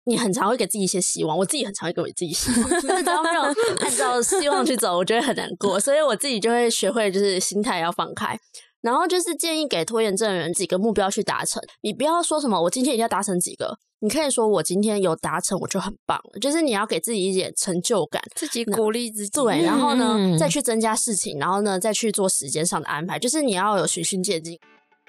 你很常会给自己一些希望，我自己很常会给我自己希望，只要没有按照希望去走，我觉得很难过，所以我自己就会学会就是心态要放开。然后就是建议给拖延症的人几个目标去达成，你不要说什么我今天一定要达成几个，你可以说我今天有达成我就很棒了，就是你要给自己一点成就感， 自己鼓励自己。 对，然后呢再去增加事情，然后呢再去做时间上的安排，就是你要有循序渐进。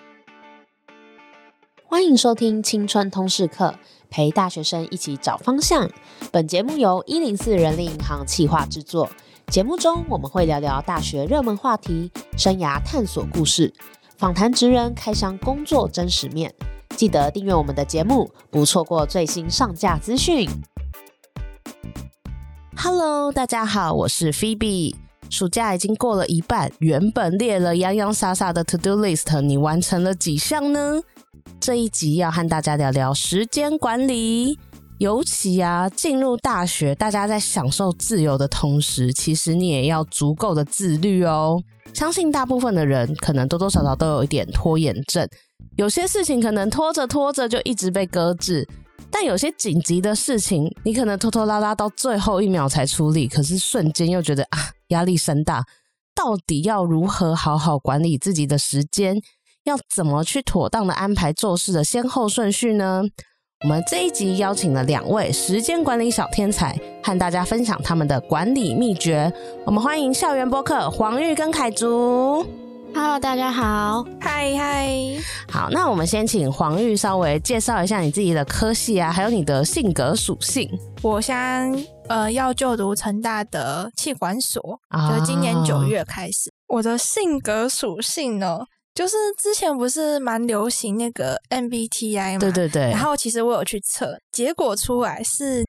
欢迎收听青春通识课，陪大学生一起找方向。本节目由104人力银行企划制作。节目中我们会聊聊大学热门话题、生涯探索故事，访谈职人开箱工作真实面。记得订阅我们的节目，不错过最新上架资讯。Hello， 大家好，我是 Phoebe。暑假已经过了一半，原本列了洋洋洒洒的 To Do List， 你完成了几项呢？这一集要和大家聊聊时间管理。尤其进入大学，大家在享受自由的同时，其实你也要足够的自律哦。相信大部分的人可能多多少少都有一点拖延症，有些事情可能拖着拖着就一直被搁置，但有些紧急的事情，你可能拖拖拉拉到最后一秒才处理，可是瞬间又觉得压力山大。到底要如何好好管理自己的时间？要怎么去妥当的安排做事的先后顺序呢？我们这一集邀请了2位时间管理小天才，和大家分享他们的管理秘诀。我们欢迎校园播客黄玉跟凯竹。 Hello， 大家好。 嗨。 好，那我们先请黄玉稍微介绍一下你自己的科系还有你的性格属性。 我现在要就读成大的企管所，就是今年9月开始。我的性格属性呢，就是之前不是蛮流行那个 MBTI 嘛， 对， 然后其实我有去测，结果出来是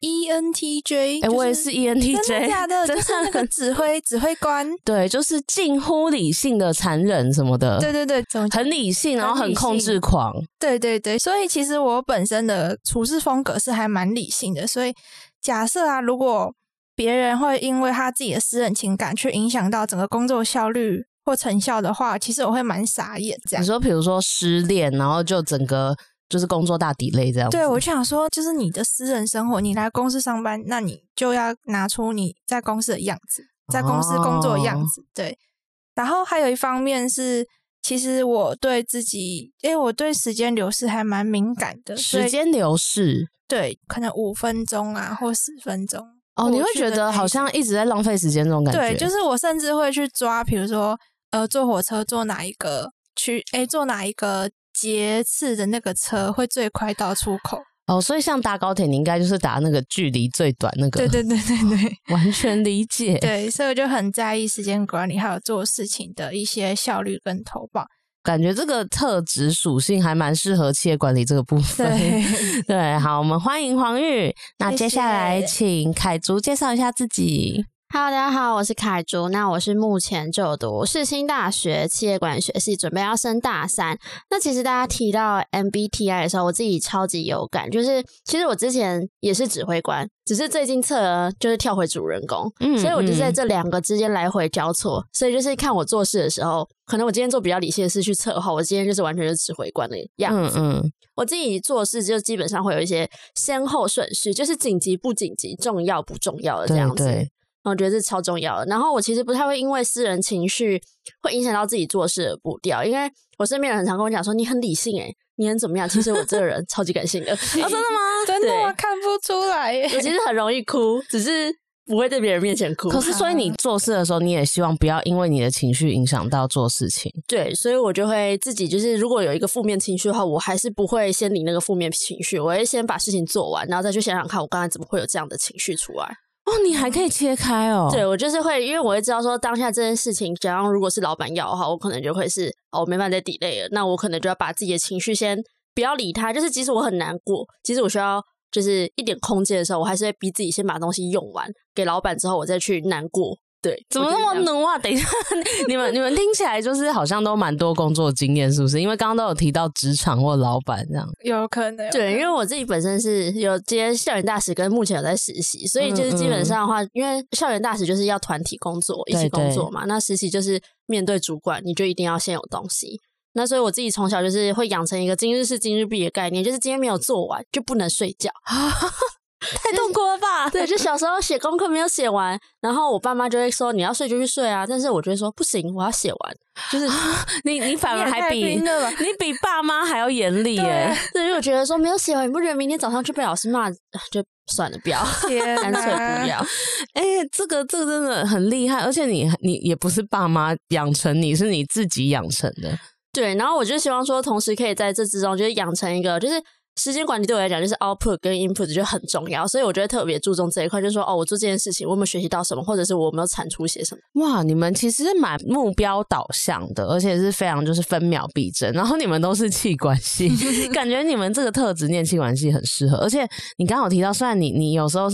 ENTJ， 我也是 ENTJ， 真的假的？就是那个指挥官， 对，就是近乎理性的残忍什么的， 对， 很理性，然后很控制狂， 对，所以其实我本身的处事风格是还蛮理性的，所以假设如果别人会因为他自己的私人情感去影响到整个工作效率或成效的话，其实我会蛮傻眼这样。 你说比如说失恋，然后就整个就是工作大delay这样子。 对，我就想说就是你的私人生活，你来公司上班，那你就要拿出你在公司的样子，在公司工作的样子。对，然后还有一方面是其实我对自己，因为我对时间流逝还蛮敏感的。 时间流逝， 对，可能5分钟或10分钟。 你会觉得好像一直在浪费时间这种感觉。 对，就是我甚至会去抓，比如说坐火车坐哪一个坐哪一个节次的那个车会最快到出口。 所以像搭高铁你应该就是打那个距离最短那个。 对， 完全理解。 对，所以我就很在意时间管理还有做事情的一些效率跟投报。 感觉这个特质属性还蛮适合企业管理这个部分。对，好，我们欢迎黄玉。那接下来请凯竹介绍一下自己。 Hello， 大家好，我是凯竹。那我是目前就读世新大学企业管理学系，准备要升大3。那其实大家提到 MBTI 的时候，我自己超级有感，就是其实我之前也是指挥官，只是最近测就是跳回主人公，所以我就在这2个之间来回交错。所以就是看我做事的时候，可能我今天做比较理性的事去测的话，我今天就是完全是指挥官的样子。我自己做事就基本上会有一些先后顺序，就是紧急不紧急，重要不重要的这样子。对，我觉得这超重要的。然后我其实不太会因为私人情绪会影响到自己做事的步调，因为我身边人很常跟我讲说你很理性你很怎么样，其实我这个人超级感性的。真的吗？ 真的吗？看不出来耶。 我其实很容易哭，只是不会在别人面前哭。 可是所以你做事的时候你也希望不要因为你的情绪影响到做事情。 对，所以我就会自己就是如果有一个负面情绪的话，我还是不会先理那个负面情绪，我会先把事情做完，然后再去想想看我刚才怎么会有这样的情绪出来。 你还可以切开对，我就是会，因为我会知道说当下这件事情假如如果是老板要的话，我可能就会是我没办法再 delay 了，那我可能就要把自己的情绪先不要理他，就是即使我很难过，即使我需要就是一点空间的时候，我还是会逼自己先把东西用完给老板之后我再去难过。对， 怎么那么努啊？等一下，你们听起来就是好像都蛮多工作经验，是不是？因为刚刚都有提到职场或老板这样。 有可能。 对，因为我自己本身是有接校园大使，跟目前有在实习，所以就是基本上的话，因为校园大使就是要团体工作，一起工作嘛。那实习就是面对主管，你就一定要先有东西。那所以我自己从小就是会养成一个今日事今日毕的概念，就是今天没有做完就不能睡觉。 吧？ 对，就小时候写功课没有写完，然后我爸妈就会说你要睡就去睡啊，但是我就会说不行，我要写完。就是你反而还比你比爸妈还要严厉耶。 对，因为我觉得说没有写完，你不觉得明天早上就被老师骂，就算了，不要，干脆不要。 这个真的很厉害，而且你也不是爸妈养成你，是你自己养成的。 对，然后我就希望说，同时可以在这之中，就是养成一个，就是时间管理对我来讲，就是 output 跟 input 就很重要，所以我觉得特别注重这一块，就是说，我做这件事情，我有没有学习到什么，或者是我有没有产出些什么。 哇，你们其实蛮目标导向的，而且是非常就是分秒必争。然后你们都是企管系，感觉你们这个特质念企管系很适合。而且你刚好提到，虽然你有时候是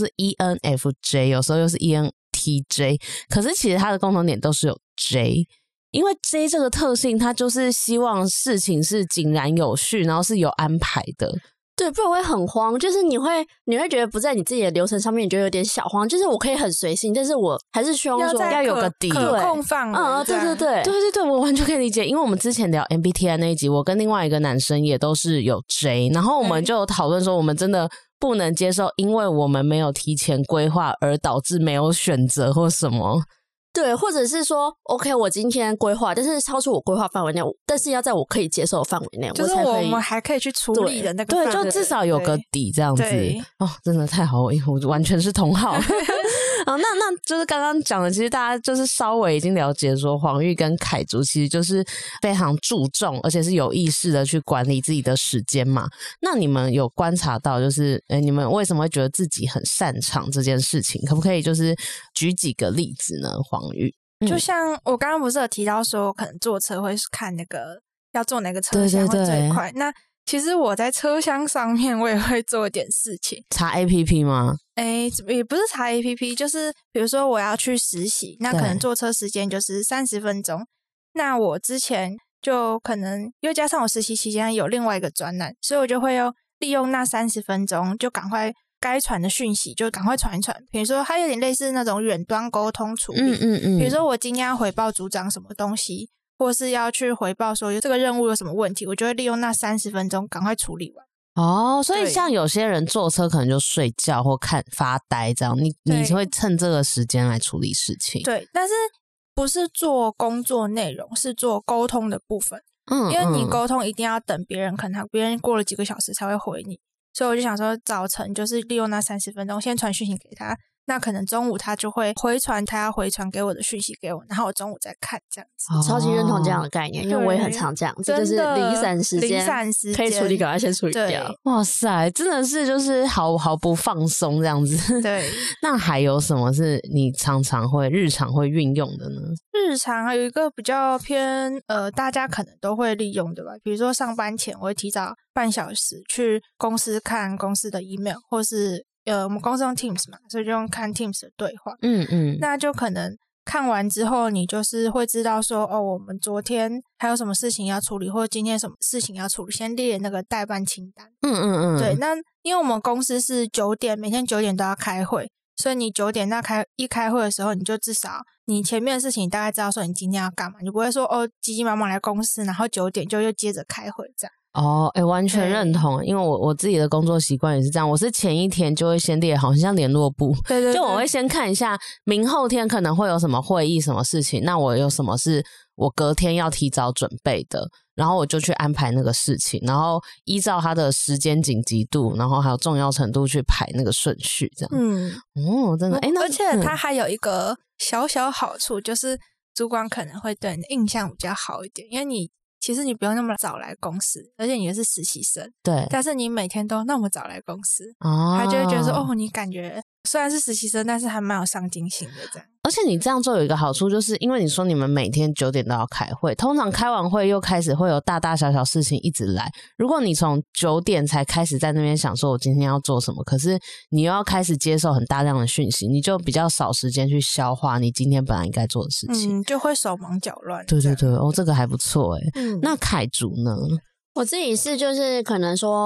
ENFJ， 有时候又是 ENTJ， 可是其实它的共同点都是有 J。因为 J 这个特性，它就是希望事情是井然有序，然后是有安排的。 对，不然会很慌，就是你会觉得不在你自己的流程上面，你觉得有点小慌。就是我可以很随性，但是我还是希望说要有个底， 可控范围。 对， 我完全可以理解。因为我们之前聊 MBTI 那一集，我跟另外一个男生也都是有 J， 然后我们就有讨论说，我们真的不能接受，因为我们没有提前规划而导致没有选择或什么。 对，或者是说 OK 我今天规划，但是超出我规划范围内，但是要在我可以接受的范围内， 就是我们还可以去处理的那个范围。 对，就至少有个底这样子。真的太好，我完全是同好。那就是刚刚讲的，其实大家就是稍微已经了解说，黄玉跟凯竹其实就是非常注重，而且是有意识的去管理自己的时间嘛。那你们有观察到，就是你们为什么会觉得自己很擅长这件事情？可不可以就是举几个例子呢？黄玉， 就像我刚刚不是有提到说，可能坐车会看那个要坐哪个车厢会最快。那其实我在车厢上面我也会做一点事情， 查 APP 吗？ 也不是查 APP， 就是比如说我要去实习，那可能坐车时间就是30分钟。那我之前就可能又加上我实习期间有另外一个专栏，所以我就会利用那30分钟，就赶快该传的讯息就赶快传一传。比如说它有点类似那种远端沟通处理，比如说我今天要回报组长什么东西，或是要去回报说这个任务有什么问题，我就会利用那30分钟赶快处理完。 所以像有些人坐车可能就睡觉或发呆这样，你会趁这个时间来处理事情。 对，但是不是做工作内容，是做沟通的部分。因为你沟通一定要等别人，可能别人过了几个小时才会回你，所以我就想说早晨就是利用那30分钟先传讯息给他，那可能中午他就会回传他要回传给我的讯息给我，然后我中午再看这样子。 超级认同这样的概念，因为我也很常这样子，就是零散时间可以处理赶快先处理掉。 哇塞，真的是就是毫不放松这样子。 对， 那还有什么是你常常日常会运用的呢？ 日常还有一个比较偏大家可能都会利用的吧，比如说上班前我会提早半小时去公司看公司的 email， 或是我们公司用 Teams 嘛，所以就用看 Teams 的对话。那就可能看完之后，你就是会知道说，我们昨天还有什么事情要处理，或者今天什么事情要处理，先列那个待办清单。对，那因为我们公司是9点，每天9点都要开会，所以你9点开会的时候，你就至少你前面的事情你大概知道说你今天要干嘛，你不会说急急忙忙来公司，然后9点就又接着开会这样。 完全认同，因为我自己的工作习惯也是这样，我是前一天就会先列好，像联络簿， 对， 就我会先看一下明后天可能会有什么会议什么事情，那我有什么是我隔天要提早准备的，然后我就去安排那个事情，然后依照它的时间紧急度，然后还有重要程度去排那个顺序这样。真的而且它还有一个小小好处，就是主管可能会对你的印象比较好一点，因为其实你不用那么早来公司，而且你也是实习生， 对， 但是你每天都那么早来公司，他就会觉得说，你感觉虽然是实习生，但是还蛮有上进心的这样。 而且你这样做有一个好处，就是因为你说你们每天9点都要开会，通常开完会又开始会有大大小小事情一直来。如果你从9点才开始在那边想说我今天要做什么，可是你又要开始接受很大量的讯息，你就比较少时间去消化你今天本来应该做的事情， 就会手忙脚乱。 对，这个还不错那凯竹呢？ 我自己是就是可能说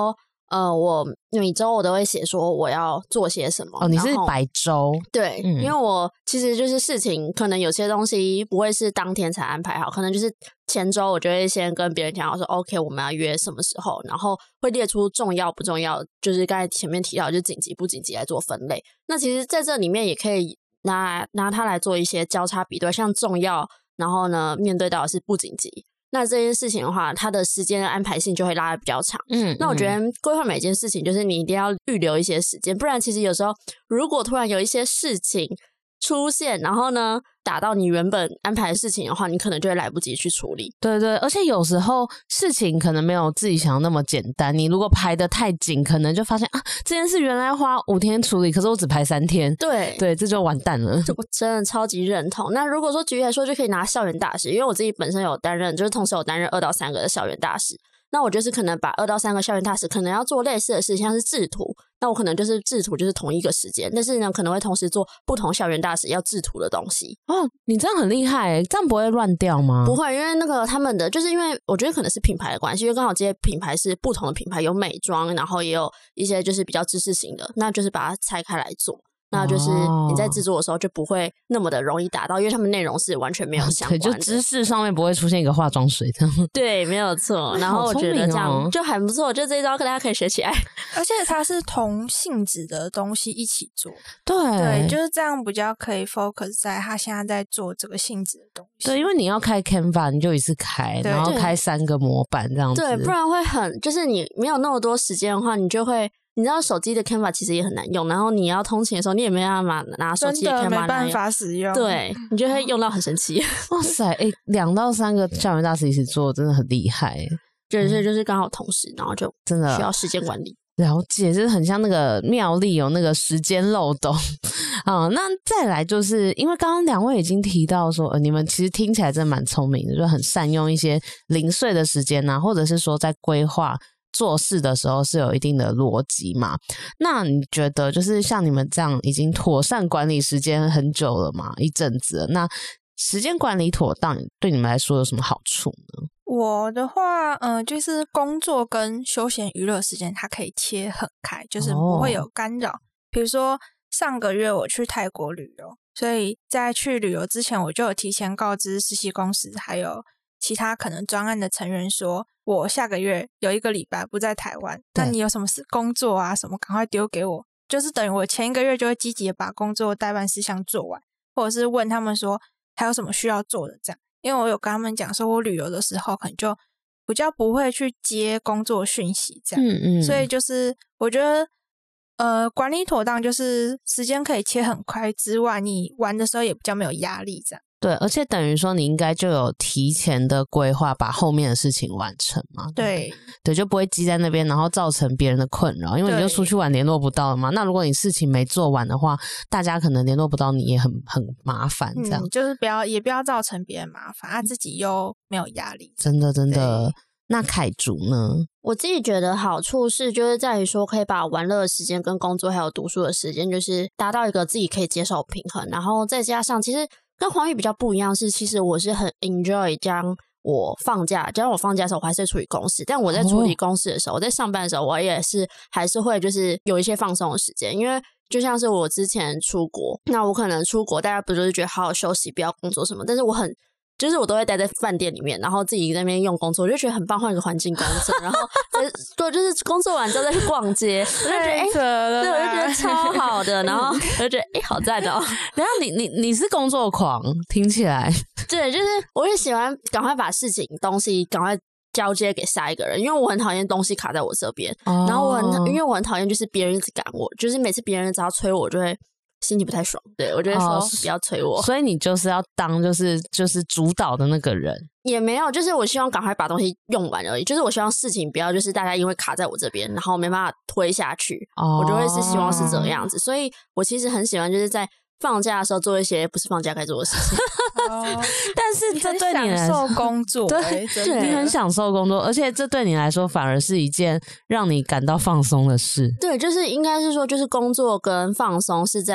我每周我都会写说我要做些什么。 你是白周？ 对，因为我其实就是事情可能有些东西不会是当天才安排好，可能就是前周我就会先跟别人讲好说 OK 我们要约什么时候，然后会列出重要不重要，就是刚才前面提到就是紧急不紧急来做分类。那其实在这里面也可以拿它来做一些交叉比对，像重要，然后呢面对到的是不紧急，那这件事情的话，它的时间的安排性就会拉得比较长。那我觉得规划每件事情，就是你一定要预留一些时间，不然其实有时候如果突然有一些事情出现，然后呢打到你原本安排的事情的话，你可能就会来不及去处理。 对对，而且有时候事情可能没有自己想的那么简单，你如果排得太紧，可能就发现啊，这件事原来花5天处理，可是我只排3天。 对对，这就完蛋了。 我真的超级认同。那如果说举例来说，就可以拿校园大使，因为我自己本身有担任，就是同时有担任2到3个的校园大使。那我就是可能把2到3个校园大使可能要做类似的事情，像是制图，那我可能就是制图就是同一个时间，但是呢可能会同时做不同校园大使要制图的东西。 你这样很厉害耶，这样不会乱掉吗？ 不会，因为那个他们的就是因为我觉得可能是品牌的关系，因为刚好这些品牌是不同的品牌，有美妆，然后也有一些就是比较知识型的，那就是把它拆开来做。那就是你在制作的时候就不会那么的容易打到，因为他们内容是完全没有相关的， 就知识上面不会出现一个化妆水这样。 对，没有错。然后我觉得这样就很不错，就这一招大家可以学起来。 而且它是同性质的东西一起做， 对， 就是这样比较可以 focus 在他现在在做这个性质的东西。 对，因为你要开 Canva 你就一次开，然后开3个模板这样子。 对，不然会就是你没有那么多时间的话，你就会。你知道手机的 Canva 其实也很难用，然后你要通勤的时候，你也没办法拿手机的 Canva 没办法使用， 对，你就会用到很生气。 哇塞，2到3个校园大使一起做，真的很厉害。 就是刚好同时，然后就真的需要时间管理。 了解，就是很像那个妙丽有那个时间漏洞。那再来就是因为刚刚2位已经提到说，你们其实听起来真的蛮聪明的，就很善用一些零碎的时间啊，或者是说在规划做事的时候是有一定的逻辑嘛。那你觉得就是像你们这样已经妥善管理时间很久了嘛，一阵子了，那时间管理妥当对你们来说有什么好处呢？ 我的话就是工作跟休闲娱乐时间它可以切很开，就是不会有干扰。比如说上个月我去泰国旅游，所以在去旅游之前我就有提前告知实习公司还有其他可能专案的成员说，我下个月有1个礼拜不在台湾，那你有什么工作啊什么赶快丢给我，就是等于我前1个月就会积极的把工作待办事项做完，或者是问他们说还有什么需要做的这样。因为我有跟他们讲说我旅游的时候可能就比较不会去接工作讯息这样，所以就是我觉得管理妥当就是时间可以切很快之外，你玩的时候也比较没有压力这样。 对，而且等于说你应该就有提前的规划把后面的事情完成嘛。 对， 就不会积在那边然后造成别人的困扰，因为你就出去玩联络不到了嘛。那如果你事情没做完的话，大家可能联络不到你也很麻烦这样。 就是也不要造成别人麻烦，自己又没有压力。 真的。那凯竹呢？ 我自己觉得好处是就是在于说可以把玩乐的时间跟工作还有读书的时间就是达到一个自己可以接受平衡，然后再加上其实跟黄宇比较不一样是，其实我是很 enjoy 将我放假的时候我还是会处理公事，但我在处理公事的时候，我在上班的时候我也是还是会就是有一些放松的时间。因为就像是我之前出国，那我可能出国大家不就是觉得好好休息不要工作什么，但是我都会待在饭店里面，然后自己在那边用工作，我就觉得很棒，换一个环境工作，然后就是工作完之后再去逛街，我就觉得对，我就觉得超好的，然后我就觉得好赞哦。 然后你是工作狂，听起来对，就是我也喜欢赶快把事情东西赶快交接给下一个人，因为我很讨厌东西卡在我这边，然后因为我很讨厌就是别人一直赶我，就是每次别人只要催我，我就会心情不太爽。对，我就会说不要催我。 所以你就是要当就是主导的那个人。 也没有，就是我希望赶快把东西用完而已，就是我希望事情不要就是大家因为卡在我这边然后没办法推下去，我就会是希望是这个样子。所以我其实很喜欢就是在放假的时候做一些不是放假该做的事情。 但是这对你来说享受工作， 对，你很享受工作，而且这对你来说反而是一件让你感到放松的事。 对，就是应该是说就是工作跟放松是在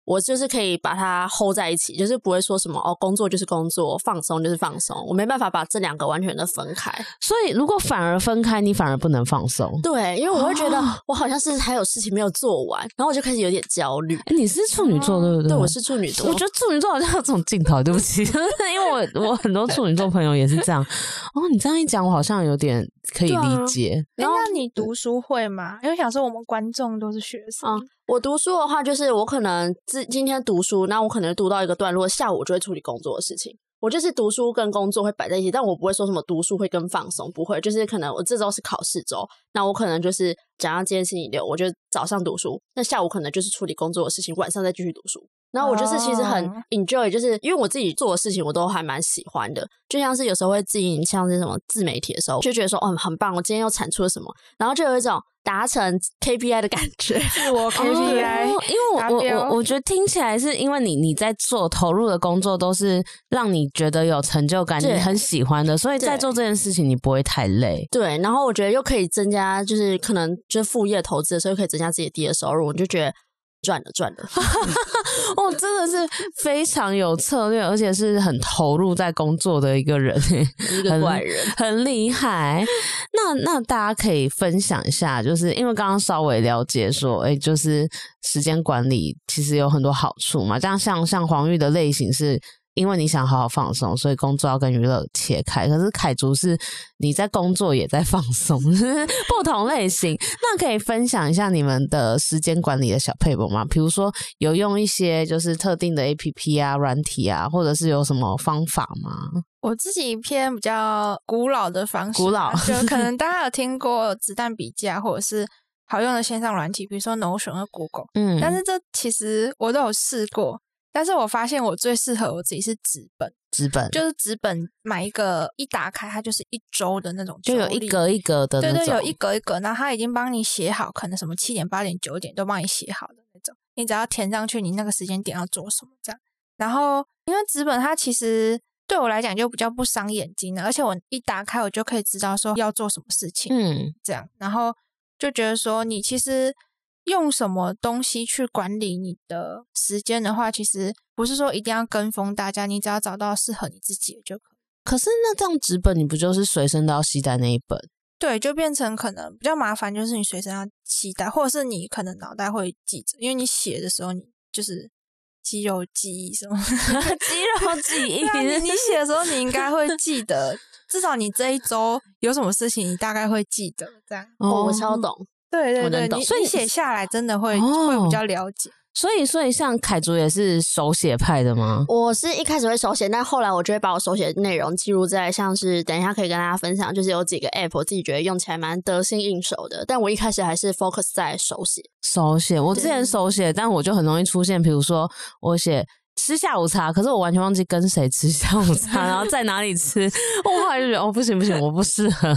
我就是可以把它 hold 在一起，就是不会说什么工作就是工作，放松就是放松，我没办法把这两个完全的分开。 所以如果反而分开，你反而不能放松。 对，因为我会觉得我好像是还有事情没有做完，然后我就开始有点焦虑。 你是处女座对不对？ 对，我是处女座。 我觉得处女座好像有这种镜头，对不起，因为我很多处女座朋友也是这样。你这样一讲，我好像有点可以理解。 那你读书会吗？因为想说我们观众都是学生。 我读书的话，就是我可能今天读书，那我可能读到一个段落，下午我就会处理工作的事情。我就是读书跟工作会摆在一起，但我不会说什么读书会跟放松，不会。就是可能我这周是考试周，那我可能就是假如今天星期六，我就早上读书，那下午可能就是处理工作的事情，晚上再继续读书。然后我就是其实很 enjoy， 就是因为我自己做的事情我都还蛮喜欢的，就像是有时候会经营像是什么自媒体的时候，就觉得说很棒，我今天又产出了什么，然后就有一种达成 KPI 的感觉， 自我 KPI。 因为我觉得听起来是因为你在做投入的工作都是让你觉得有成就感，你很喜欢的，所以在做这件事情你不会太累。 对，然后我觉得又可以增加，就是可能就是副业投资的时候又可以增加自己的第二收入，我就觉得赚了真的是非常有策略，而且是很投入在工作的一个人， 一个怪人， 很厉害。那大家可以分享一下，就是因为刚刚稍微了解说就是时间管理其实有很多好处嘛，这样像黄玉的类型是因为你想好好放松，所以工作要跟娱乐切开。可是凯竹是你在工作也在放松，不同类型。那可以分享一下你们的时间管理的小撇步吗？比如说有用一些就是特定的 APP 啊、软体啊，或者是有什么方法吗？ 我自己偏比较古老的方式， 古老就可能大家有听过子弹笔记啊，或者是好用的线上软体，比如说 Notion 和 Google。但是这其实我都有试过。但是我发现我最适合我自己是纸本，就是纸本买一个，一打开它就是一周的那种， 就有一格一格的那种， 对，有一格一格，然后它已经帮你写好，可能什么7点、8点、9点都帮你写好的那种，你只要填上去你那个时间点要做什么这样。然后因为纸本它其实对我来讲就比较不伤眼睛的，而且我一打开我就可以知道说要做什么事情，这样，然后就觉得说你其实用什么东西去管理你的时间的话，其实不是说一定要跟风大家，你只要找到适合你自己的就可以。 可是那这样纸本你不就是随身都要携带那一本？ 对，就变成可能比较麻烦，就是你随身要携带，或者是你可能脑袋会记着，因为你写的时候你就是肌肉记忆什么肌肉记忆你写的时候你应该会记得，至少你这一周有什么事情你大概会记得这样。 我超懂。 对，所以你写下来真的会比较了解。 所以像凯竹也是手写派的吗？ 我是一开始会手写，但后来我就会把我手写的内容记录在像是等一下可以跟大家分享，就是有几个 app 我自己觉得用起来蛮得心应手的，但我一开始还是 focus 在手写。 我之前手写，但我就很容易出现，比如说我写吃下午茶，可是我完全忘记跟谁吃下午茶，然后在哪里吃，我后来就觉得不行，我不适合。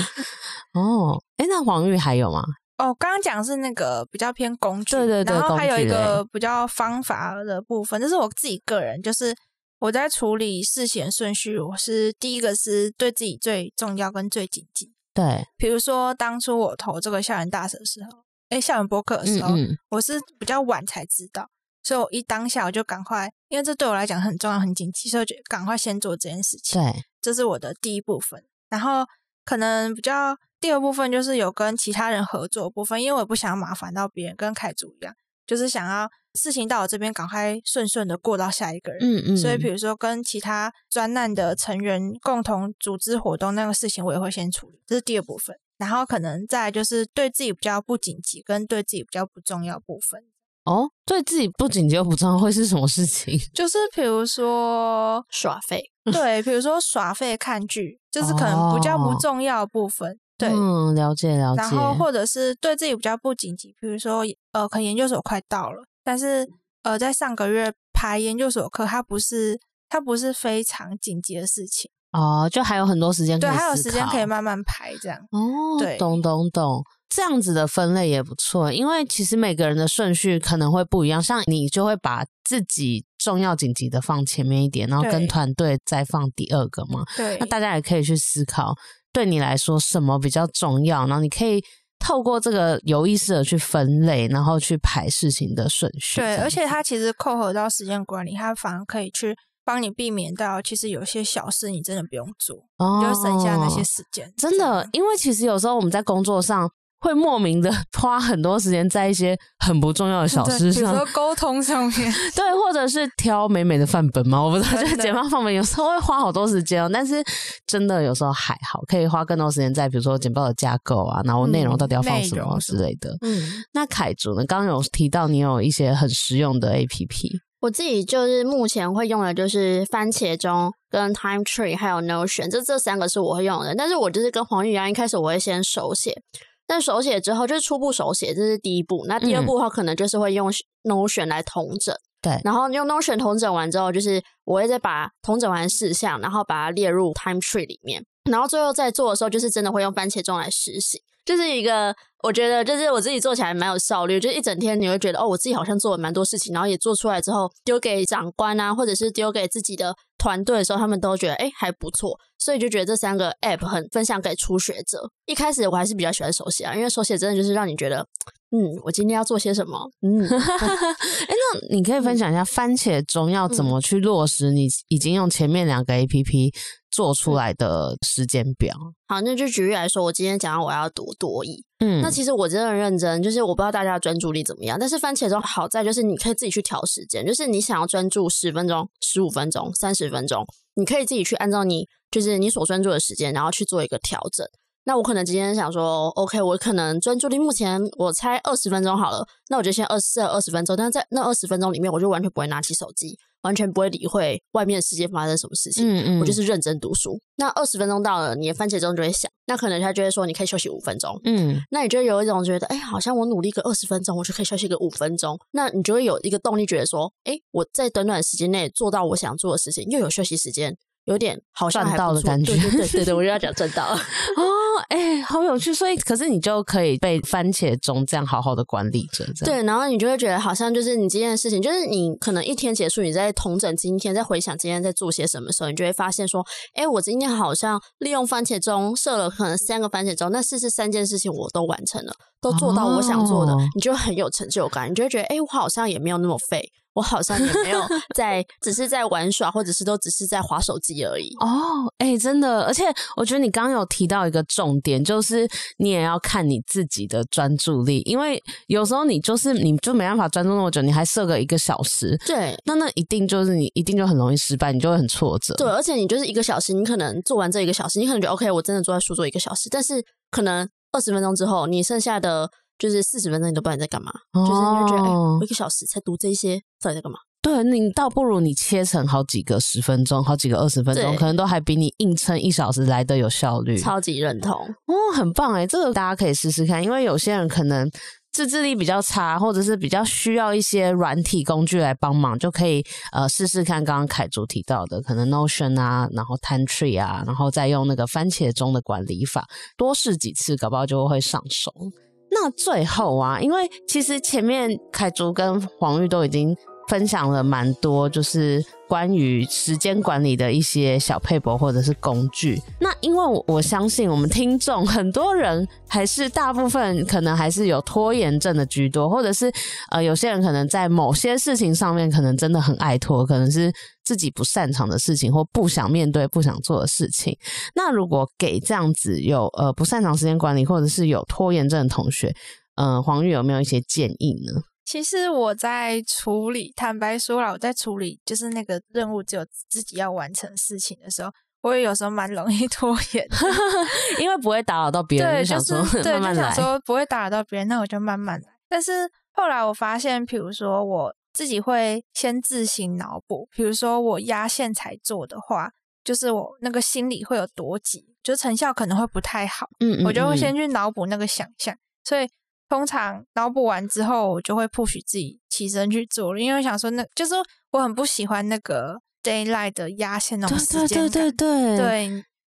那黄玉还有吗？ 刚刚讲是那个比较偏工具， 对， 然后还有一个比较方法的部分，这是我自己个人，就是我在处理事情顺序，我是第一个是对自己最重要跟最紧急。 对， 比如说当初我投这个校园大使的时候，校园播客的时候，我是比较晚才知道，所以我一当下我就赶快，因为这对我来讲很重要很紧急，所以就赶快先做这件事情。 对， 这是我的第一部分。然后可能比较第二部分就是有跟其他人合作的部分，因为我不想要麻烦到别人，跟凯竹一样，就是想要事情到我这边赶快顺的过到下一个人。所以比如说跟其他专案的成员共同组织活动那个事情我也会先处理，这是第二部分。然后可能再来就是对自己比较不紧急跟对自己比较不重要部分。 对自己不紧急又不重要会是什么事情？ 就是比如说耍废。 对，比如说耍废看剧，就是可能比较不重要的部分。对， 了解。 然后或者是对自己比较不紧急，比如说可能研究所快到了，但是在上个月排研究所课，它不是非常紧急的事情。 就还有很多时间可以思考， 对，还有时间可以慢慢排这样。对， 懂，这样子的分类也不错，因为其实每个人的顺序可能会不一样，像你就会把自己重要紧急的放前面一点，然后跟团队再放第二个嘛。 对， 那大家也可以去思考对你来说什么比较重要，然后你可以透过这个有意识的去分类，然后去排事情的顺序。 对，而且它其实扣合到时间管理，它反而可以去帮你避免到其实有些小事你真的不用做，你就省下那些时间。 真的，因为其实有时候我们在工作上会莫名的花很多时间在一些很不重要的小事上， 比如说沟通上面对，或者是挑美美的范本嘛，我不知道，就是简报范本有时候会花好多时间但是真的有时候还好，可以花更多时间在比如说简报的架构啊，然后内容到底要放什么之类的。那凯竹呢，刚刚有提到你有一些很实用的 APP。 我自己就是目前会用的就是番茄钟跟 Time Tree 还有 Notion， 这3个是我会用的。但是我就是跟黄玉一样，一开始我会先手写，但手写之后就是初步手写，这是第一步。那第二步的话，可能就是会用 Notion 来统整。 对， 然后用 Notion 统整完之后，就是我会再把统整完事项，然后把它列入 Time Tree 里面。然后最后在做的时候，就是真的会用番茄钟来实行。就是一个我觉得就是我自己做起来蛮有效率，就一整天你会觉得我自己好像做了蛮多事情，然后也做出来之后丢给长官啊，或者是丢给自己的团队的时候，他们都觉得还不错，所以就觉得这3个 app 很分享给初学者。一开始我还是比较喜欢手写因为手写真的就是让你觉得我今天要做些什么那你可以分享一下番茄钟要怎么去落实你已经用前面2个 APP 做出来的时间表。 好，那就举例来说，我今天讲到我要读多益，那其实我真的认真，就是我不知道大家的专注力怎么样，但是番茄钟好在就是你可以自己去调时间，就是你想要专注10分钟、15分钟、30分钟，你可以自己去按照你就是你所专注的时间，然后去做一个调整。那我可能今天想说 OK 我可能专注力目前我猜20分钟好了，那我就先设20分钟，但是在那20分钟里面我就完全不会拿起手机，完全不会理会外面的世界发生什么事情，我就是认真读书。那20分钟到了，你的番茄钟就会响，那可能他就会说你可以休息5分钟，那你就有一种觉得好像我努力个20分钟我就可以休息个5分钟，那你就会有一个动力觉得说我在短短的时间内做到我想做的事情，又有休息时间，有点好像还不错赚到的感觉。 对，我就要讲赚到了好有趣。所以可是你就可以被番茄钟这样好好的管理着， 对，然后你就会觉得好像就是你今天的事情，就是你可能一天结束，你在统整今天，在回想今天在做些什么时候，你就会发现说我今天好像利用番茄钟设了可能3个番茄钟，那3件事情我都完成了，都做到我想做的，你就很有成就感，你就会觉得我好像也没有那么废，我好像也没有只是在玩耍，或者是都只是在滑手机而已。 真的，而且我觉得你刚刚有提到一个重点，就是你也要看你自己的专注力，因为有时候你就没办法专注那么久，你还设个1个小时， 对， 那一定就是你一定就很容易失败，你就会很挫折。 对，而且你就是1个小时，你可能做完这1个小时，你可能觉得 OK 我真的坐在书桌1个小时，但是可能20分钟之后，你剩下的就是40分钟你都不知道你在干嘛，就是你就觉得我1个小时才读这些到底在干嘛。 对，你倒不如你切成好几个10分钟，好几个20分钟，可能都还比你硬撑1小时来的有效率。 超级认同很棒这个大家可以试试看，因为有些人可能自制力比较差，或者是比较需要一些软体工具来帮忙，就可以试试看刚刚凯竹提到的可能 Notion 啊，然后 Time Tree 啊，然后再用那个番茄钟的管理法，多试几次搞不好就会上手。那最后因为其实前面凯竹跟黄玉都已经分享了蛮多就是关于时间管理的一些小撇步或者是工具。那因为我相信我们听众很多人还是大部分可能还是有拖延症的居多，或者是有些人可能在某些事情上面可能真的很爱拖，可能是自己不擅长的事情或不想面对不想做的事情。那如果给这样子有不擅长时间管理或者是有拖延症的同学，黄玉有没有一些建议呢？ 其实我在处理，坦白说啦，我在处理就是那个任务只有自己要完成事情的时候，我也有时候蛮容易拖延因为不会打扰到别人， 对， 就想说慢慢来， 就想说不会打扰到别人，那我就慢慢来。但是后来我发现，比如说我自己会先自行脑补，比如说我压线才做的话，就是我那个心里会有多急，就成效可能会不太好，我就会先去脑补那个想象，所以通常脑补完之后，我就会 push 自己起身去做了，因为我想说就是我很不喜欢那个 deadline 的压线那种时间感。 对，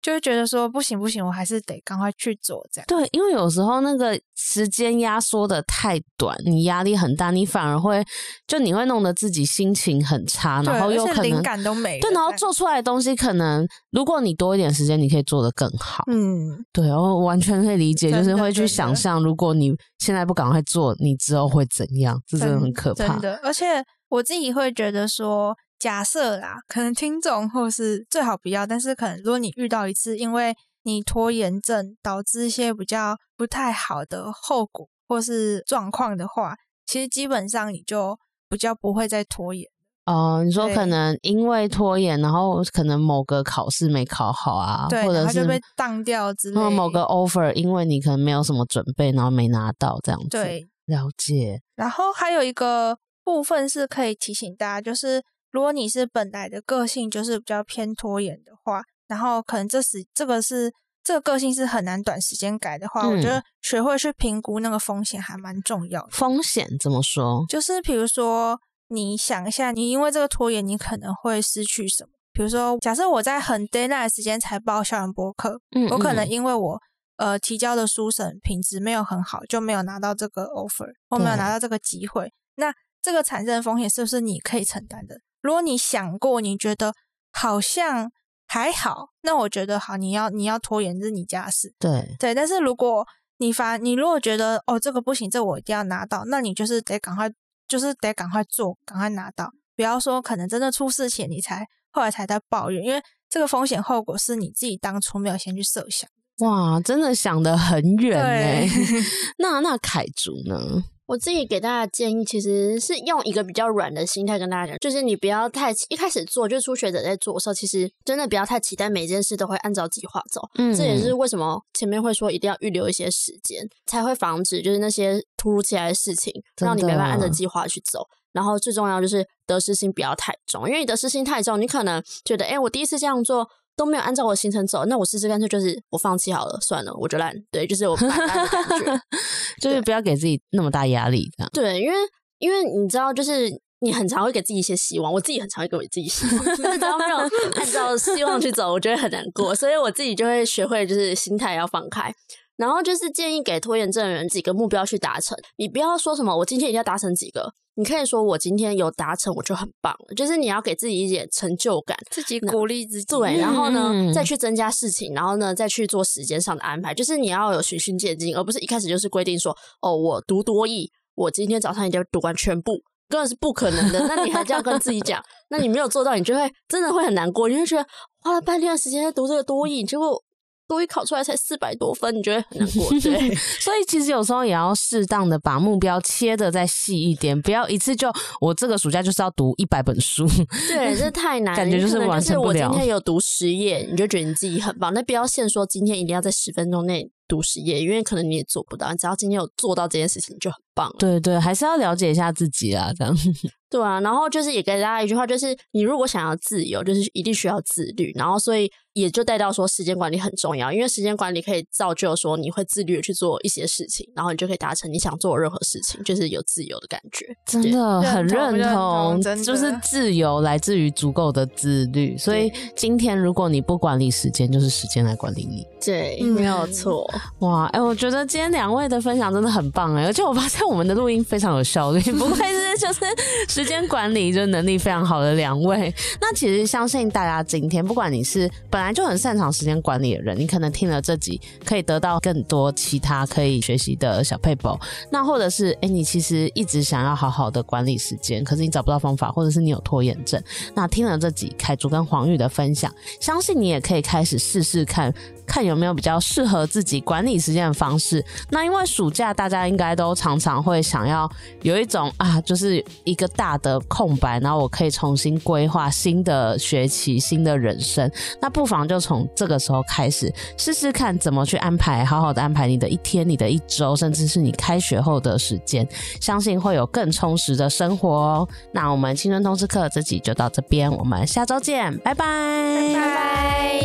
就会觉得说不行，我还是得赶快去做这样。 对，因为有时候那个时间压缩的太短，你压力很大，你反而会你会弄得自己心情很差，然后又可能灵感都没了。 对，然后做出来的东西可能如果你多一点时间，你可以做得更好。对，我完全可以理解，就是会去想象，如果你现在不赶快做，你之后会怎样，这真的很可怕。 真的，而且我自己会觉得说，假设啦，可能听众或是最好不要，但是可能如果你遇到一次因为你拖延症导致一些比较不太好的后果或是状况的话，其实基本上你就比较不会再拖延。 你说可能因为拖延，然后可能某个考试没考好啊， 对， 或者是就被当掉之类的， 某个 offer 因为你可能没有什么准备，然后没拿到这样子。 对， 了解。 然后还有一个部分是可以提醒大家，就是如果你是本来的个性就是比较偏拖延的话，然后可能这个个性是很难短时间改的话，我觉得学会去评估那个风险还蛮重要的。 风险怎么说？ 就是比如说你想一下，你因为这个拖延你可能会失去什么。比如说假设我在很 deadline 的时间才报校园播客，我可能因为我提交的书审品质没有很好，就没有拿到这个 offer 或没有拿到这个机会，那这个产生的风险是不是你可以承担的？如果你想过你觉得好像还好，那我觉得好，你要拖延这是你家的事。对，但是如果你如果觉得这个不行，这我一定要拿到，那你就是得赶快做，赶快拿到，不要说可能真的出事前你后来才在抱怨，因为这个风险后果是你自己当初没有先去设想。 哇，真的想得很远耶。那凯竹呢？ 我自己给大家的建议其实是用一个比较软的心态跟大家讲，就是你不要太一开始做，就是初学者在做的时候，其实真的不要太期待每件事都会按照计划走。这也是为什么前面会说一定要预留一些时间，才会防止就是那些突如其来的事情让你没办法按照计划去走。然后最重要就是得失心不要太重，因为你得失心太重，你可能觉得我第一次这样做都没有按照我的行程走，那我试试干脆就是我放弃好了，算了，我就烂。对，就是我摆烂的感觉。 就是不要给自己那么大压力这样。 对，因为你知道，就是你很常会给自己一些希望，我自己很常会给我自己希望，但是只要没有按照希望去走，我觉得很难过，所以我自己就会学会就是心态要放开。然后就是建议给拖延症的人几个目标去达成，你不要说什么我今天一定要达成几个，你可以说我今天有达成我就很棒了，就是你要给自己一点成就感， 自己鼓励自己。 对，然后呢再去增加事情，然后呢再去做时间上的安排，就是你要有循序渐进，而不是一开始就是规定说我读多益，我今天早上一定要读完全部，根本是不可能的。那你还这样跟自己讲，那你没有做到，你就会真的会很难过，你会觉得花了半天的时间在读这个多益，结果多益考出来才400多分，你觉得很难过。对， 所以其实有时候也要适当的把目标切得再细一点，不要一次就我这个暑假就是要读100本书。 对，这太难， 感觉就是完成不了。 我今天有读10页，你就觉得你自己很棒，那不要限说今天一定要在10分钟内读10页，因为可能你也做不到，你只要今天有做到这件事情就很棒了。 对对，还是要了解一下自己啊，这样。 对啊，然后就是也给大家一句话，就是你如果想要自由，就是一定需要自律，然后所以也就带到说时间管理很重要，因为时间管理可以造就说你会自律的去做一些事情，然后你就可以达成你想做的任何事情，就是有自由的感觉。 真的很认同， 真的就是自由来自于足够的自律，所以今天如果你不管理时间，就是时间来管理你。 对，没有错。 哇，我觉得今天2位的分享真的很棒而且我发现我们的录音非常有效率，不愧是就是时间管理就能力非常好的2位。那其实相信大家今天不管你是本来就很擅长时间管理的人，你可能听了这集可以得到更多其他可以学习的小撇步，那或者是你其实一直想要好好的管理时间，可是你找不到方法，或者是你有拖延症，那听了这集凯竹跟黄玉的分享，相信你也可以开始试试看有没有比较适合自己管理时间的方式。那因为暑假大家应该都常常会想要有一种就是一个大的空白，然后我可以重新规划新的学期新的人生，那不妨就从这个时候开始试试看怎么去安排，好好的安排你的一天，你的一周，甚至是你开学后的时间，相信会有更充实的生活哦。那我们青春通识课这集就到这边，我们下周见，拜拜， 拜拜。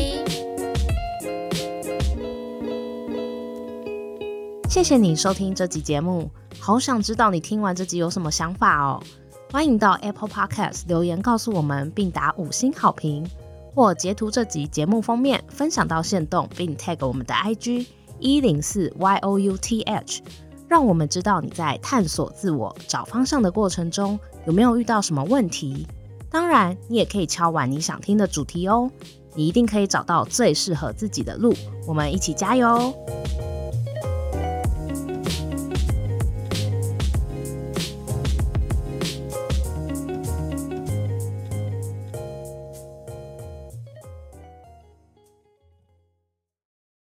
谢谢你收听这集节目，好想知道你听完这集有什么想法哦。欢迎到 Apple Podcast 留言告诉我们，并打5星好评， 或截图这集节目封面分享到限动，并 tag 我们的 IG 104YOUTH， 让我们知道你在探索自我、找方向的过程中有没有遇到什么问题。当然，你也可以敲完你想听的主题哦，你一定可以找到最适合自己的路。我们一起加油！